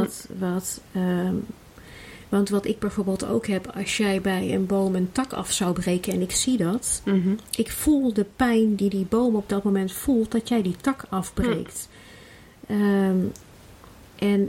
Want wat ik bijvoorbeeld ook heb... als jij bij een boom een tak af zou breken en ik zie dat... Mm-hmm. Ik voel de pijn die boom op dat moment voelt... dat jij die tak afbreekt. En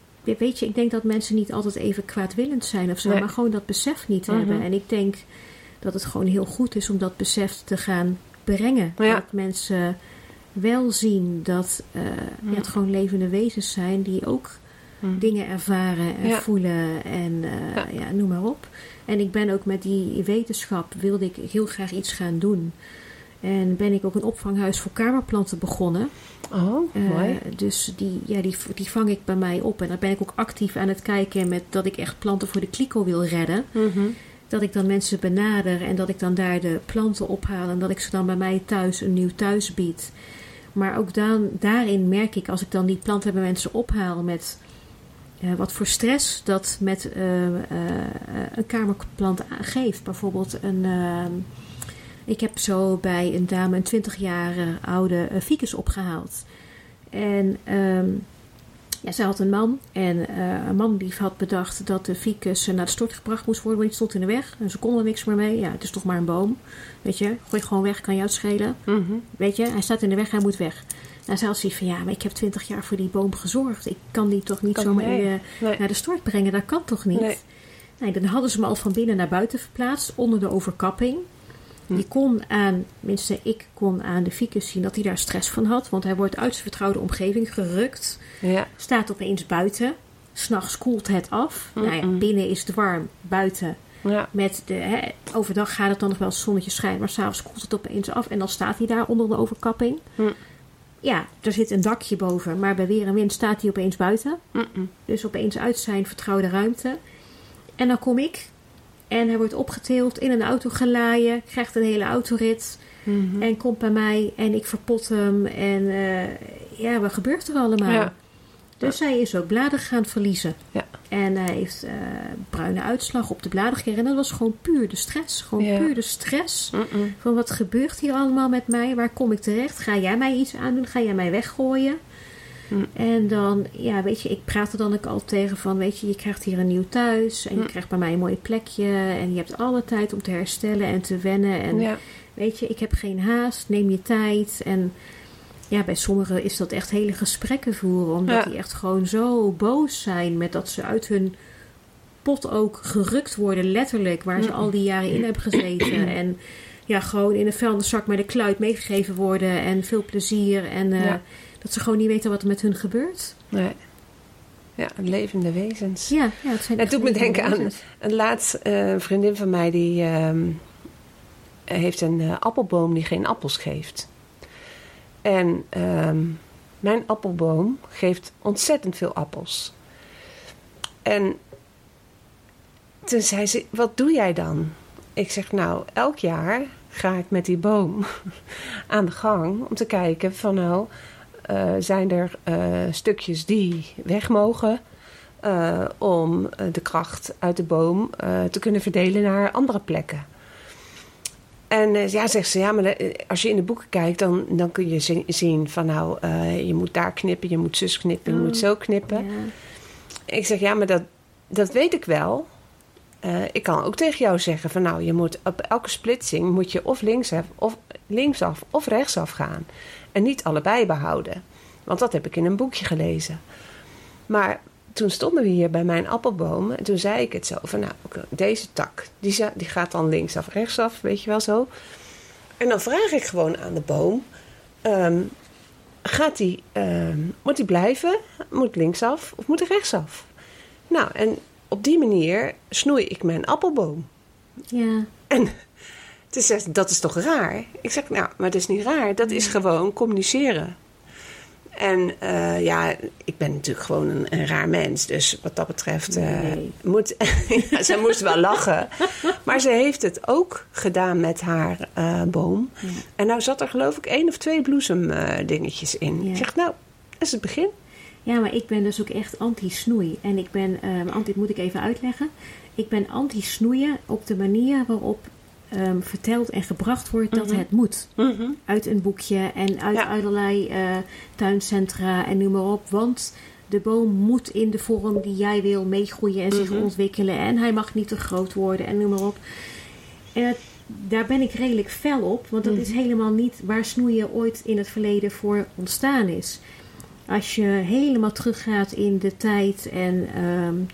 ik denk dat mensen niet altijd even kwaadwillend zijn of zo... maar gewoon dat besef niet hebben. En ik denk dat het gewoon heel goed is om dat besef te gaan brengen. Ja. Dat mensen wel zien dat het gewoon levende wezens zijn die ook dingen ervaren en voelen en noem maar op. En ik ben ook met die wetenschap, wilde ik heel graag iets gaan doen. En ben ik ook een opvanghuis voor kamerplanten begonnen. Oh, mooi. Dus die vang ik bij mij op. En daar ben ik ook actief aan het kijken met dat ik echt planten voor de kliko wil redden. Mm-hmm. Dat ik dan mensen benader en dat ik dan daar de planten ophaal. En dat ik ze dan bij mij thuis een nieuw thuis bied. Maar ook daarin merk ik, als ik dan die planten bij mensen ophaal met wat voor stress dat met een kamerplant geeft. Bijvoorbeeld ik heb zo bij een dame een 20 jaar oude ficus opgehaald. En zij had een man. En een man die had bedacht dat de ficus naar de stort gebracht moest worden. Want die stond in de weg. En ze konden er niks meer mee. Ja, het is toch maar een boom. Weet je, gooi gewoon weg, kan je uitschelen. Mm-hmm. Weet je, hij staat in de weg, hij moet weg. Nou, zij had zoiets van, maar ik heb 20 jaar voor die boom gezorgd. Ik kan die toch niet zomaar naar de stort brengen. Dat kan toch niet? Nee, dan hadden ze me al van binnen naar buiten verplaatst. Onder de overkapping. Die ik kon aan de ficus zien dat hij daar stress van had. Want hij wordt uit zijn vertrouwde omgeving gerukt. Ja. Staat opeens buiten. 's Nachts koelt het af. Binnen is het warm. Buiten. Ja. Overdag gaat het dan nog wel het zonnetje schijnen. Maar 's avonds koelt het opeens af. En dan staat hij daar onder de overkapping. Ja, er zit een dakje boven. Maar bij weer en wind staat hij opeens buiten. Dus opeens uit zijn vertrouwde ruimte. En dan kom ik. En hij wordt opgetild, in een auto gelaaien, krijgt een hele autorit. En komt bij mij en ik verpot hem. En wat gebeurt er allemaal? Ja. Dus hij is ook bladeren gaan verliezen. Ja. En hij heeft bruine uitslag op de bladeren gekregen. En dat was gewoon puur de stress. Puur de stress. Van wat gebeurt hier allemaal met mij? Waar kom ik terecht? Ga jij mij iets aandoen? Ga jij mij weggooien? En dan, weet je, ik praat er dan ook al tegen van, weet je krijgt hier een nieuw thuis. En je krijgt bij mij een mooi plekje. En je hebt alle tijd om te herstellen en te wennen. En weet je, ik heb geen haast. Neem je tijd. En bij sommigen is dat echt hele gesprekken voeren. Omdat die echt gewoon zo boos zijn met dat ze uit hun pot ook gerukt worden. Letterlijk, waar ze al die jaren in hebben gezeten. En gewoon in een vuilniszak met een kluit meegegeven worden. En veel plezier. En dat ze gewoon niet weten wat er met hun gebeurt. Nee. Ja, levende wezens. Ja, het zijn het doet me denken aan een laatst vriendin van mij die heeft een appelboom die geen appels geeft. En mijn appelboom geeft ontzettend veel appels. En toen zei ze, wat doe jij dan? Ik zeg, elk jaar ga ik met die boom aan de gang om te kijken van zijn er stukjes die weg mogen om de kracht uit de boom te kunnen verdelen naar andere plekken. En zegt ze, maar als je in de boeken kijkt, dan kun je zien van je moet daar knippen, je moet zus knippen, je moet zo knippen. Ja. Ik zeg, maar dat weet ik wel. Ik kan ook tegen jou zeggen van je moet op elke splitsing moet je of linksaf of rechtsaf gaan. En niet allebei behouden. Want dat heb ik in een boekje gelezen. Maar toen stonden we hier bij mijn appelboom. En toen zei ik het zo van deze tak, die gaat dan linksaf, rechtsaf, weet je wel zo. En dan vraag ik gewoon aan de boom. Moet die blijven? Moet linksaf of moet hij rechtsaf? En op die manier snoei ik mijn appelboom. Ja. En toen zei ze, dat is toch raar? Ik zeg, maar het is niet raar. Dat is gewoon communiceren. En ik ben natuurlijk gewoon een raar mens. Dus wat dat betreft zij moest wel lachen. Maar ze heeft het ook gedaan met haar boom. Ja. En nou zat er geloof ik 1 of 2 bloesemdingetjes in. Ja. Ik zeg, dat is het begin. Ja, maar ik ben dus ook echt anti-snoei. En ik ben, moet ik even uitleggen. Ik ben anti-snoeien op de manier waarop verteld en gebracht wordt dat het moet. Uit een boekje en uit allerlei tuincentra en noem maar op. Want de boom moet in de vorm die jij wil meegroeien en zich ontwikkelen. En hij mag niet te groot worden en noem maar op. En daar ben ik redelijk fel op. Want dat is helemaal niet waar snoeien ooit in het verleden voor ontstaan is. Als je helemaal teruggaat in de tijd en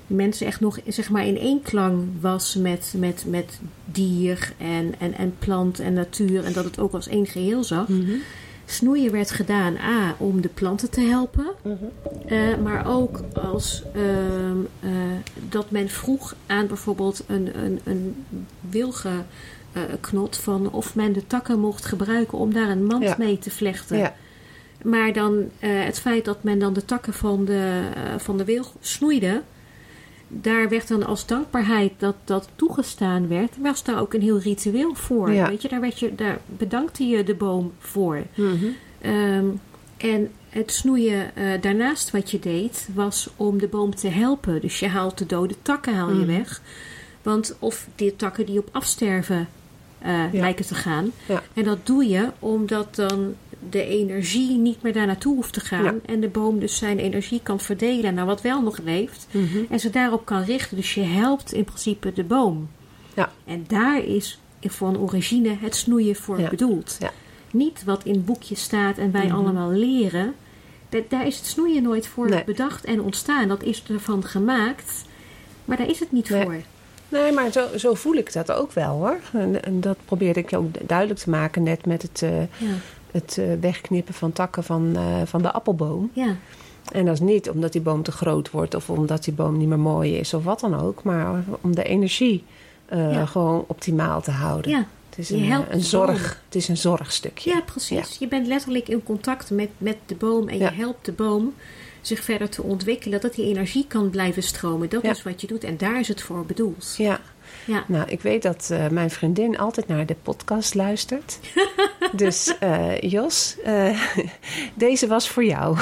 mensen echt nog zeg maar in één klang was met dier en plant en natuur. En dat het ook als één geheel zag. Mm-hmm. Snoeien werd gedaan om de planten te helpen. Mm-hmm. Maar ook als dat men vroeg aan bijvoorbeeld een wilgenknot van of men de takken mocht gebruiken om daar een mand mee te vlechten. Ja. Maar dan het feit dat men dan de takken van de wilg snoeide, daar werd dan als dankbaarheid dat toegestaan werd, was daar ook een heel ritueel voor. Ja. Weet je, daar bedankte je de boom voor. Mm-hmm. En het snoeien daarnaast wat je deed, was om de boom te helpen. Dus je haalt de dode takken je weg. Want of die takken die op afsterven lijken te gaan. Ja. En dat doe je omdat dan de energie niet meer daar naartoe hoeft te gaan. Ja. En de boom dus zijn energie kan verdelen naar wat wel nog leeft. Mm-hmm. En ze daarop kan richten. Dus je helpt in principe de boom. Ja. En daar is van origine het snoeien voor bedoeld. Ja. Niet wat in boekjes staat en wij allemaal leren. Daar is het snoeien nooit voor bedacht en ontstaan. Dat is ervan gemaakt. Maar daar is het niet voor. Nee, maar zo voel ik dat ook wel hoor. En dat probeerde ik ook duidelijk te maken net met het wegknippen van takken van de appelboom. Ja. En dat is niet omdat die boom te groot wordt of omdat die boom niet meer mooi is of wat dan ook. Maar om de energie gewoon optimaal te houden. Ja. Het is het is een zorgstukje. Ja, precies. Ja. Je bent letterlijk in contact met de boom en je helpt de boom zich verder te ontwikkelen, dat die energie kan blijven stromen. Dat is wat je doet en daar is het voor bedoeld. Ja. Ja. Nou, ik weet dat mijn vriendin altijd naar de podcast luistert. Dus Jos, deze was voor jou.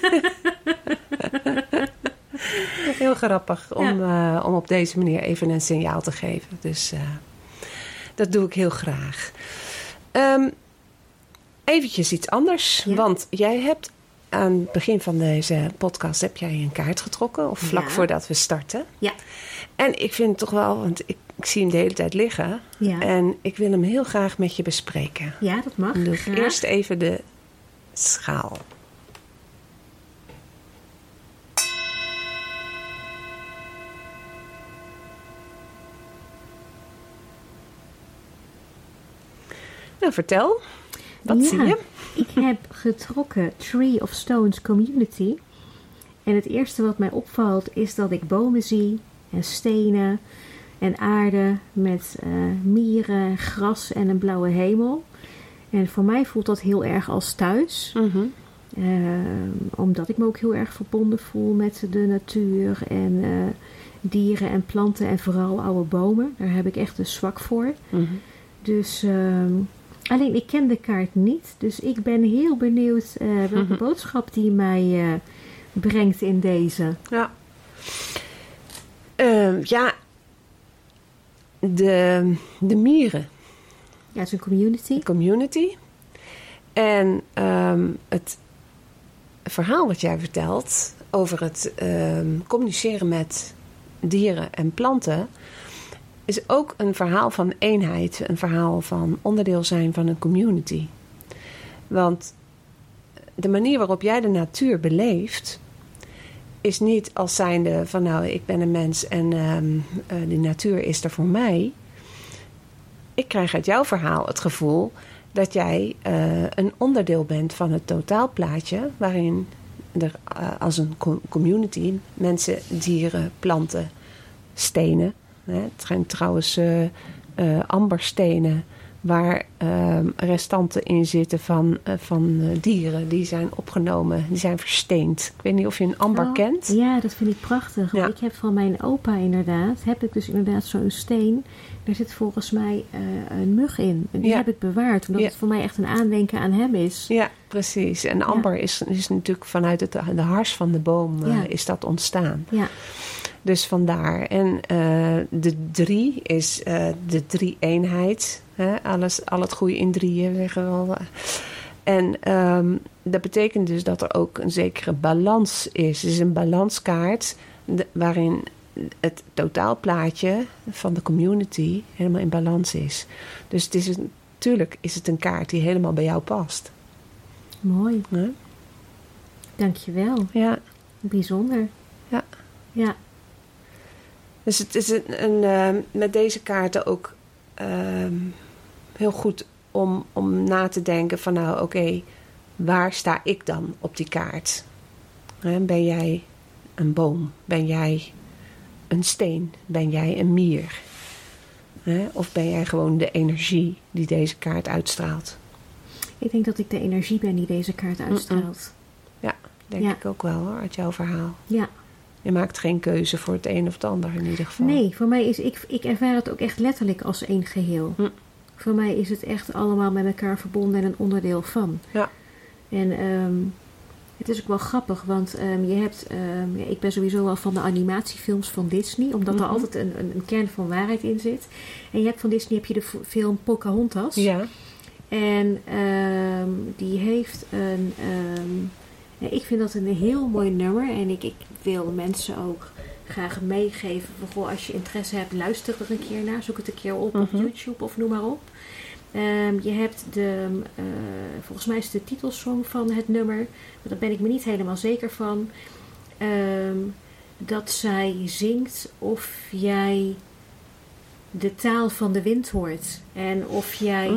Heel grappig om op deze manier even een signaal te geven. Dus dat doe ik heel graag. Eventjes iets anders. Ja. Want jij hebt aan het begin van deze podcast heb jij een kaart getrokken. Of vlak voordat we starten. Ja. En ik vind het toch wel, want ik zie hem de hele tijd liggen. Ja. En ik wil hem heel graag met je bespreken. Ja, dat mag. Dan doe ik eerst even de schaal. Nou, vertel. Wat zie je? Ik heb getrokken Tree of Stones Community. En het eerste wat mij opvalt is dat ik bomen zie en stenen en aarde met mieren, gras en een blauwe hemel. En voor mij voelt dat heel erg als thuis. Mm-hmm. Omdat ik me ook heel erg verbonden voel met de natuur en dieren en planten en vooral oude bomen. Daar heb ik echt een zwak voor. Mm-hmm. Dus alleen ik ken de kaart niet. Dus ik ben heel benieuwd welke boodschap die mij brengt in deze. Ja. De mieren. Ja, het is een community. Een community. En het verhaal wat jij vertelt over het communiceren met dieren en planten is ook een verhaal van eenheid. Een verhaal van onderdeel zijn van een community. Want de manier waarop jij de natuur beleeft is niet als zijnde van nou, ik ben een mens en die natuur is er voor mij. Ik krijg uit jouw verhaal het gevoel dat jij een onderdeel bent van het totaalplaatje waarin er als een community mensen, dieren, planten, stenen. Het zijn trouwens amberstenen waar restanten in zitten van dieren. Die zijn opgenomen, die zijn versteend. Ik weet niet of je een amber kent. Ja, dat vind ik prachtig. Ja. Ik heb van mijn opa inderdaad, zo'n steen. Daar zit volgens mij een mug in. En die heb ik bewaard, omdat het voor mij echt een aandenken aan hem is. Ja, precies. En amber is natuurlijk vanuit de hars van de boom is dat ontstaan. Ja. Dus vandaar. En de 3 is de 3-eenheid. Al het goede in 3, zeggen we wel. En dat betekent dus dat er ook een zekere balans is. Het is een balanskaart waarin het totaalplaatje van de community helemaal in balans is. Dus het is natuurlijk is het een kaart die helemaal bij jou past. Mooi. Ja? Dankjewel. Ja. Bijzonder. Ja. Ja. Dus het is met deze kaarten ook heel goed om na te denken van nou oké, waar sta ik dan op die kaart? Ben jij een boom? Ben jij een steen? Ben jij een mier? Of ben jij gewoon de energie die deze kaart uitstraalt? Ik denk dat ik de energie ben die deze kaart uitstraalt. Ja, denk ik ook wel hoor, uit jouw verhaal. Ja. Je maakt geen keuze voor het een of het ander in ieder geval. Nee, voor mij is ik ervaar het ook echt letterlijk als één geheel. Voor mij is het echt allemaal met elkaar verbonden en een onderdeel van. Ja. En het is ook wel grappig, want je hebt... ik ben sowieso wel van de animatiefilms van Disney, omdat er altijd een kern van waarheid in zit. En je hebt van Disney heb je de film Pocahontas. Ja. En die heeft een... ik vind dat een heel mooi nummer. En ik wil mensen ook graag meegeven. Goh, als je interesse hebt, luister er een keer naar. Zoek het een keer op YouTube of noem maar op. Je hebt volgens mij is de titelsong van het nummer. Maar daar ben ik me niet helemaal zeker van. Dat zij zingt of jij de taal van de wind hoort. En of jij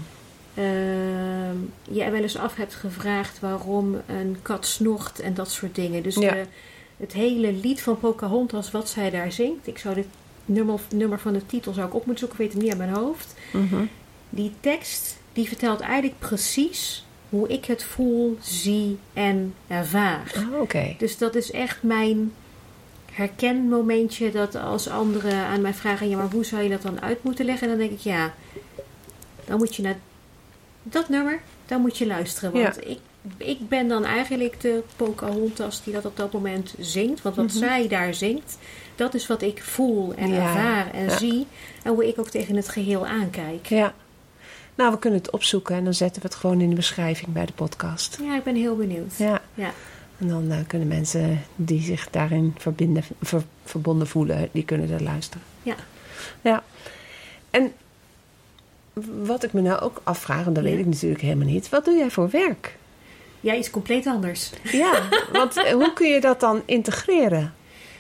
je er wel eens af hebt gevraagd waarom een kat snocht en dat soort dingen. Dus het hele lied van Pocahontas, wat zij daar zingt. Ik zou dit nummer van de titel zou ik op moeten zoeken, ik weet het niet aan mijn hoofd. Die tekst, die vertelt eigenlijk precies hoe ik het voel, zie en ervaar. Oké. Dus dat is echt mijn herkenmomentje, dat als anderen aan mij vragen, ja, maar hoe zou je dat dan uit moeten leggen? En dan denk ik, ja, dan moet je naar dat nummer, dan moet je luisteren. Want ik ben dan eigenlijk de Pocahontas die dat op dat moment zingt. Want wat zij daar zingt, dat is wat ik voel en ervaar en zie. En hoe ik ook tegen het geheel aankijk. Ja. Nou, we kunnen het opzoeken en dan zetten we het gewoon in de beschrijving bij de podcast. Ja, ik ben heel benieuwd. Ja. En dan kunnen mensen die zich daarin verbonden voelen, die kunnen er luisteren. Ja. En wat ik me nou ook afvraag, en dat weet ik natuurlijk helemaal niet. Wat doe jij voor werk? Ja, iets compleet anders. Ja, want hoe kun je dat dan integreren?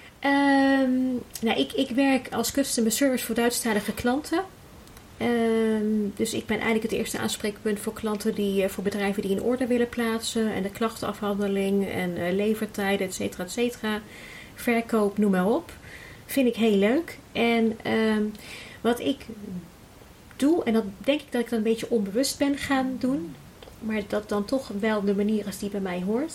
Ik werk als customer service voor Duitsstalige klanten. Dus ik ben eigenlijk het eerste aanspreekpunt voor klanten voor bedrijven die een order willen plaatsen. En de klachtenafhandeling en levertijden, et cetera, verkoop, noem maar op. Vind ik heel leuk. En wat ik doe, en dat denk ik dat ik dan een beetje onbewust ben gaan doen, maar dat dan toch wel de manier is die bij mij hoort.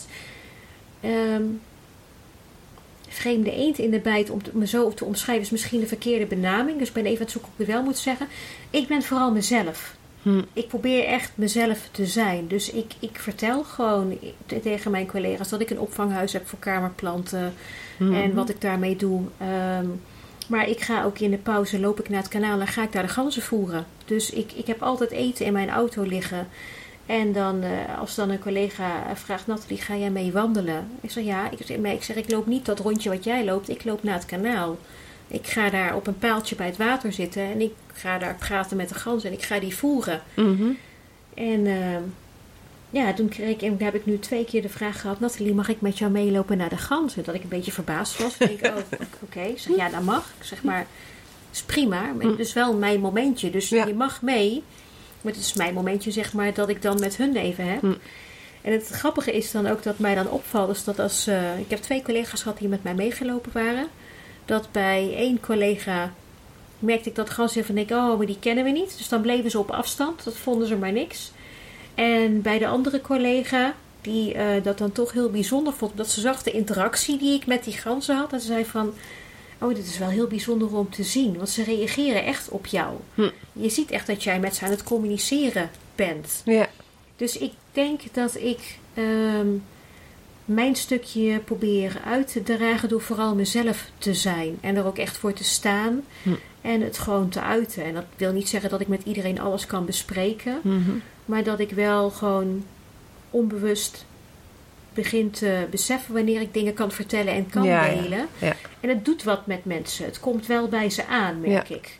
Vreemde eend in de bijt, om me zo te omschrijven, is misschien de verkeerde benaming. Dus ik ben even aan het zoeken hoe ik het wel moet zeggen. Ik ben vooral mezelf. Ik probeer echt mezelf te zijn. Dus ik vertel gewoon tegen mijn collega's dat ik een opvanghuis heb voor kamerplanten. En wat ik daarmee doe. Maar ik ga ook in de pauze, loop ik naar het kanaal en ga ik daar de ganzen voeren. Dus ik heb altijd eten in mijn auto liggen. En dan, als dan een collega vraagt, Nathalie, ga jij mee wandelen? Ik zeg ja. Ik loop niet dat rondje wat jij loopt. Ik loop naar het kanaal. Ik ga daar op een paaltje bij het water zitten. En ik ga daar praten met de ganzen. En ik ga die voeren. En toen heb ik nu 2 keer de vraag gehad, Nathalie, mag ik met jou meelopen naar de ganzen? Dat ik een beetje verbaasd was. Ik denk, oké. Ik zeg, ja, dat mag. Ik zeg, maar, is prima. Maar het is wel mijn momentje. Dus je mag mee. Maar het is mijn momentje, zeg maar, dat ik dan met hun even heb. En het grappige is dan ook dat mij dan opvalt, is dat ik heb 2 collega's gehad die met mij meegelopen waren. Dat bij 1 collega merkte ik dat ganzen van denk, maar die kennen we niet. Dus dan bleven ze op afstand. Dat vonden ze maar niks. En bij de andere collega, die dat dan toch heel bijzonder vond, omdat ze zag de interactie die ik met die ganzen had. En ze zei van, dit is wel heel bijzonder om te zien. Want ze reageren echt op jou. Je ziet echt dat jij met ze aan het communiceren bent. Ja. Dus ik denk dat ik mijn stukje probeer uit te dragen door vooral mezelf te zijn. En er ook echt voor te staan. En het gewoon te uiten. En dat wil niet zeggen dat ik met iedereen alles kan bespreken. Maar dat ik wel gewoon onbewust begin te beseffen wanneer ik dingen kan vertellen en kan delen. Ja. En het doet wat met mensen. Het komt wel bij ze aan, merk ik.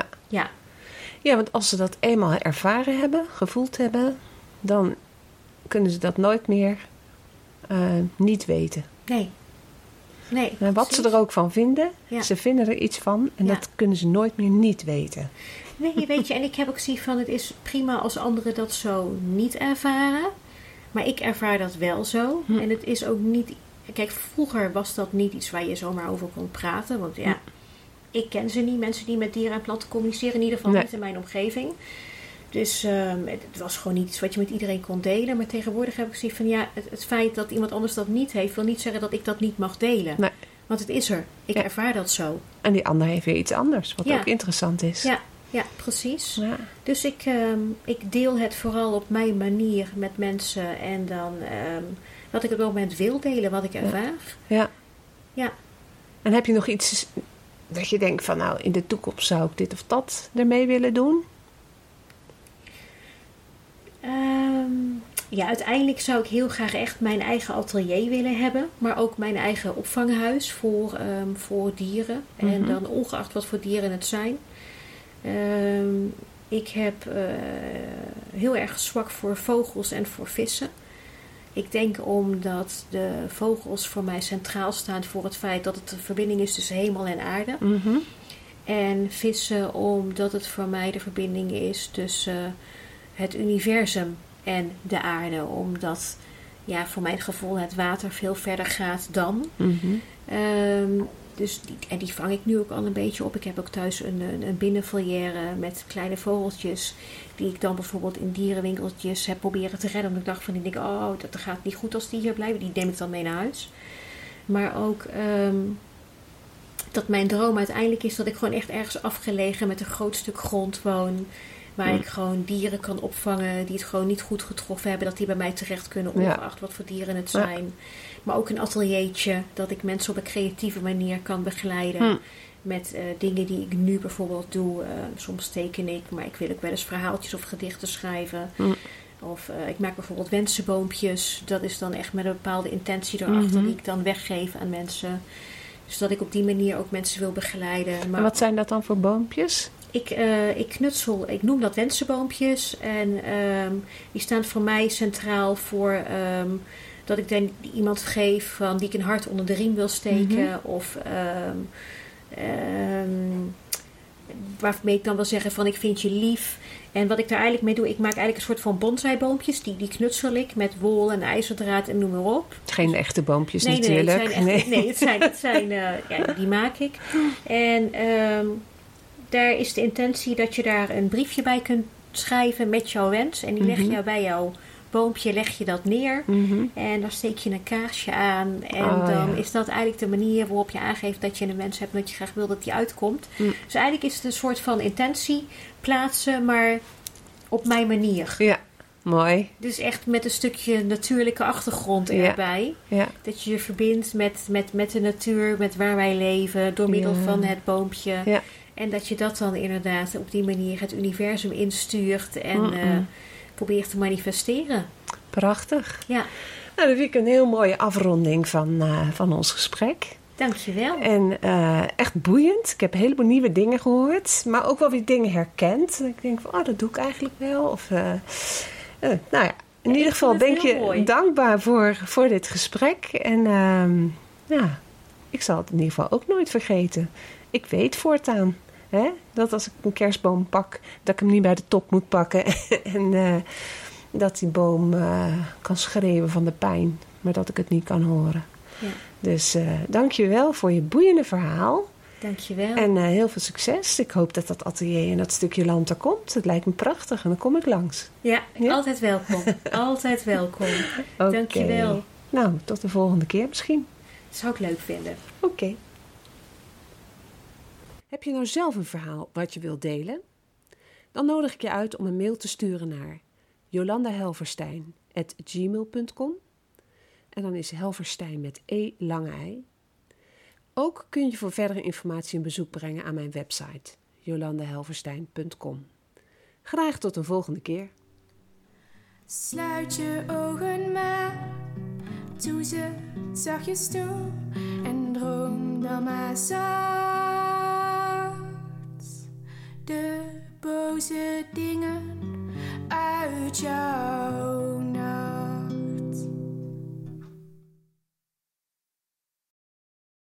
Ja, want als ze dat eenmaal ervaren hebben, gevoeld hebben, dan kunnen ze dat nooit meer niet weten. Nee. Nee, En wat ze er ook van vinden, Ja. ze vinden er iets van. En Ja. dat kunnen ze nooit meer niet weten. Nee, weet je, en ik heb ook zoiets van, het is prima als anderen dat zo niet ervaren. Maar ik ervaar dat wel zo. En het is ook niet... Kijk, vroeger was dat niet iets waar je zomaar over kon praten. Want ja, ik ken ze niet. Mensen die met dieren en planten communiceren. In ieder geval Nee. niet in mijn omgeving. Dus het was gewoon niet iets wat je met iedereen kon delen. Maar tegenwoordig heb ik zoiets van, ja, het feit dat iemand anders dat niet heeft, wil niet zeggen dat ik dat niet mag delen. Nee. Want het is er. Ik Ja. ervaar dat zo. En die ander heeft weer iets anders, wat Ja. ook interessant is. Ja, precies. Ja. Dus ik deel het vooral op mijn manier met mensen. En dan wat ik op het moment wil delen, wat ik ervaar. Ja. Ja. En heb je nog iets dat je denkt van, nou, in de toekomst zou ik dit of dat ermee willen doen? Ja, uiteindelijk zou ik heel graag echt mijn eigen atelier willen hebben. Maar ook mijn eigen opvanghuis voor dieren. En dan ongeacht wat voor dieren het zijn. Ik heb heel erg zwak voor vogels en voor vissen. Ik denk omdat de vogels voor mij centraal staan voor het feit dat het de verbinding is tussen hemel en aarde. En vissen omdat het voor mij de verbinding is tussen het universum en de aarde. Omdat voor mijn gevoel het water veel verder gaat dan. Dus die vang ik nu ook al een beetje op. Ik heb ook thuis een binnenvolière met kleine vogeltjes. Die ik dan bijvoorbeeld in dierenwinkeltjes heb proberen te redden. Omdat ik dacht van, dat gaat niet goed als die hier blijven. Die neem ik dan mee naar huis. Maar ook dat mijn droom uiteindelijk is dat ik gewoon echt ergens afgelegen met een groot stuk grond woon. Waar ik gewoon dieren kan opvangen die het gewoon niet goed getroffen hebben. Dat die bij mij terecht kunnen, ongeacht wat voor dieren het zijn. Maar ook een ateliertje. Dat ik mensen op een creatieve manier kan begeleiden. Met dingen die ik nu bijvoorbeeld doe. Soms teken ik, maar ik wil ook wel eens verhaaltjes of gedichten schrijven. Of ik maak bijvoorbeeld wensenboompjes. Dat is dan echt met een bepaalde intentie erachter die ik dan weggeef aan mensen. Dus dat ik op die manier ook mensen wil begeleiden. Maar En wat zijn dat dan voor boompjes? Ik noem dat wensenboompjes. En die staan voor mij centraal voor dat ik dan iemand geef van die ik een hart onder de riem wil steken. Of waarmee ik dan wil zeggen van ik vind je lief. En wat ik daar eigenlijk mee doe, ik maak eigenlijk een soort van bonsaiboompjes. Die knutsel ik met wol en ijzerdraad en noem maar op. Geen echte boompjes Nee, natuurlijk. het zijn die maak ik. En daar is de intentie dat je daar een briefje bij kunt schrijven met jouw wens. En die leg je bij jouw boompje, leg je dat neer. En dan steek je een kaarsje aan. En dan is dat eigenlijk de manier waarop je aangeeft dat je een wens hebt. Dat je graag wil dat die uitkomt. Dus eigenlijk is het een soort van intentie plaatsen, maar op mijn manier. Ja, mooi. Dus echt met een stukje natuurlijke achtergrond erbij. Ja. Dat je je verbindt met de natuur, met waar wij leven, door middel van het boompje. Ja. En dat je dat dan inderdaad op die manier het universum instuurt en probeert te manifesteren. Prachtig. Ja, Nou, dat vind ik een heel mooie afronding van ons gesprek. dankjewel. En echt boeiend. Ik heb een heleboel nieuwe dingen gehoord. Maar ook wel weer dingen herkend. En ik denk van, dat doe ik eigenlijk wel. Of, nou ja, in ieder geval vond het denk heel je mooi. dankbaar voor dit gesprek. En ik zal het in ieder geval ook nooit vergeten. Ik weet voortaan. Hè, dat als ik een kerstboom pak, dat ik hem niet bij de top moet pakken. En dat die boom kan schreeuwen van de pijn. Maar dat ik het niet kan horen. Ja. Dus dank je wel voor je boeiende verhaal. Dankjewel. En heel veel succes. Ik hoop dat dat atelier en dat stukje land er komt. Het lijkt me prachtig en dan kom ik langs. Ja, Ja? altijd welkom. Altijd welkom. Oké. Dankjewel. Nou, tot de volgende keer misschien. Dat zou ik leuk vinden. Oké. Heb je nou zelf een verhaal wat je wilt delen? Dan nodig ik je uit om een mail te sturen naar jolandahelverstein@gmail.com. En dan is Helverstein met E lange I. Ook kun je voor verdere informatie een bezoek brengen aan mijn website jolandahelverstein.com. Graag tot een volgende keer. Sluit je ogen maar, doe ze zachtjes toe en droom dan maar zacht. De boze dingen uit jouw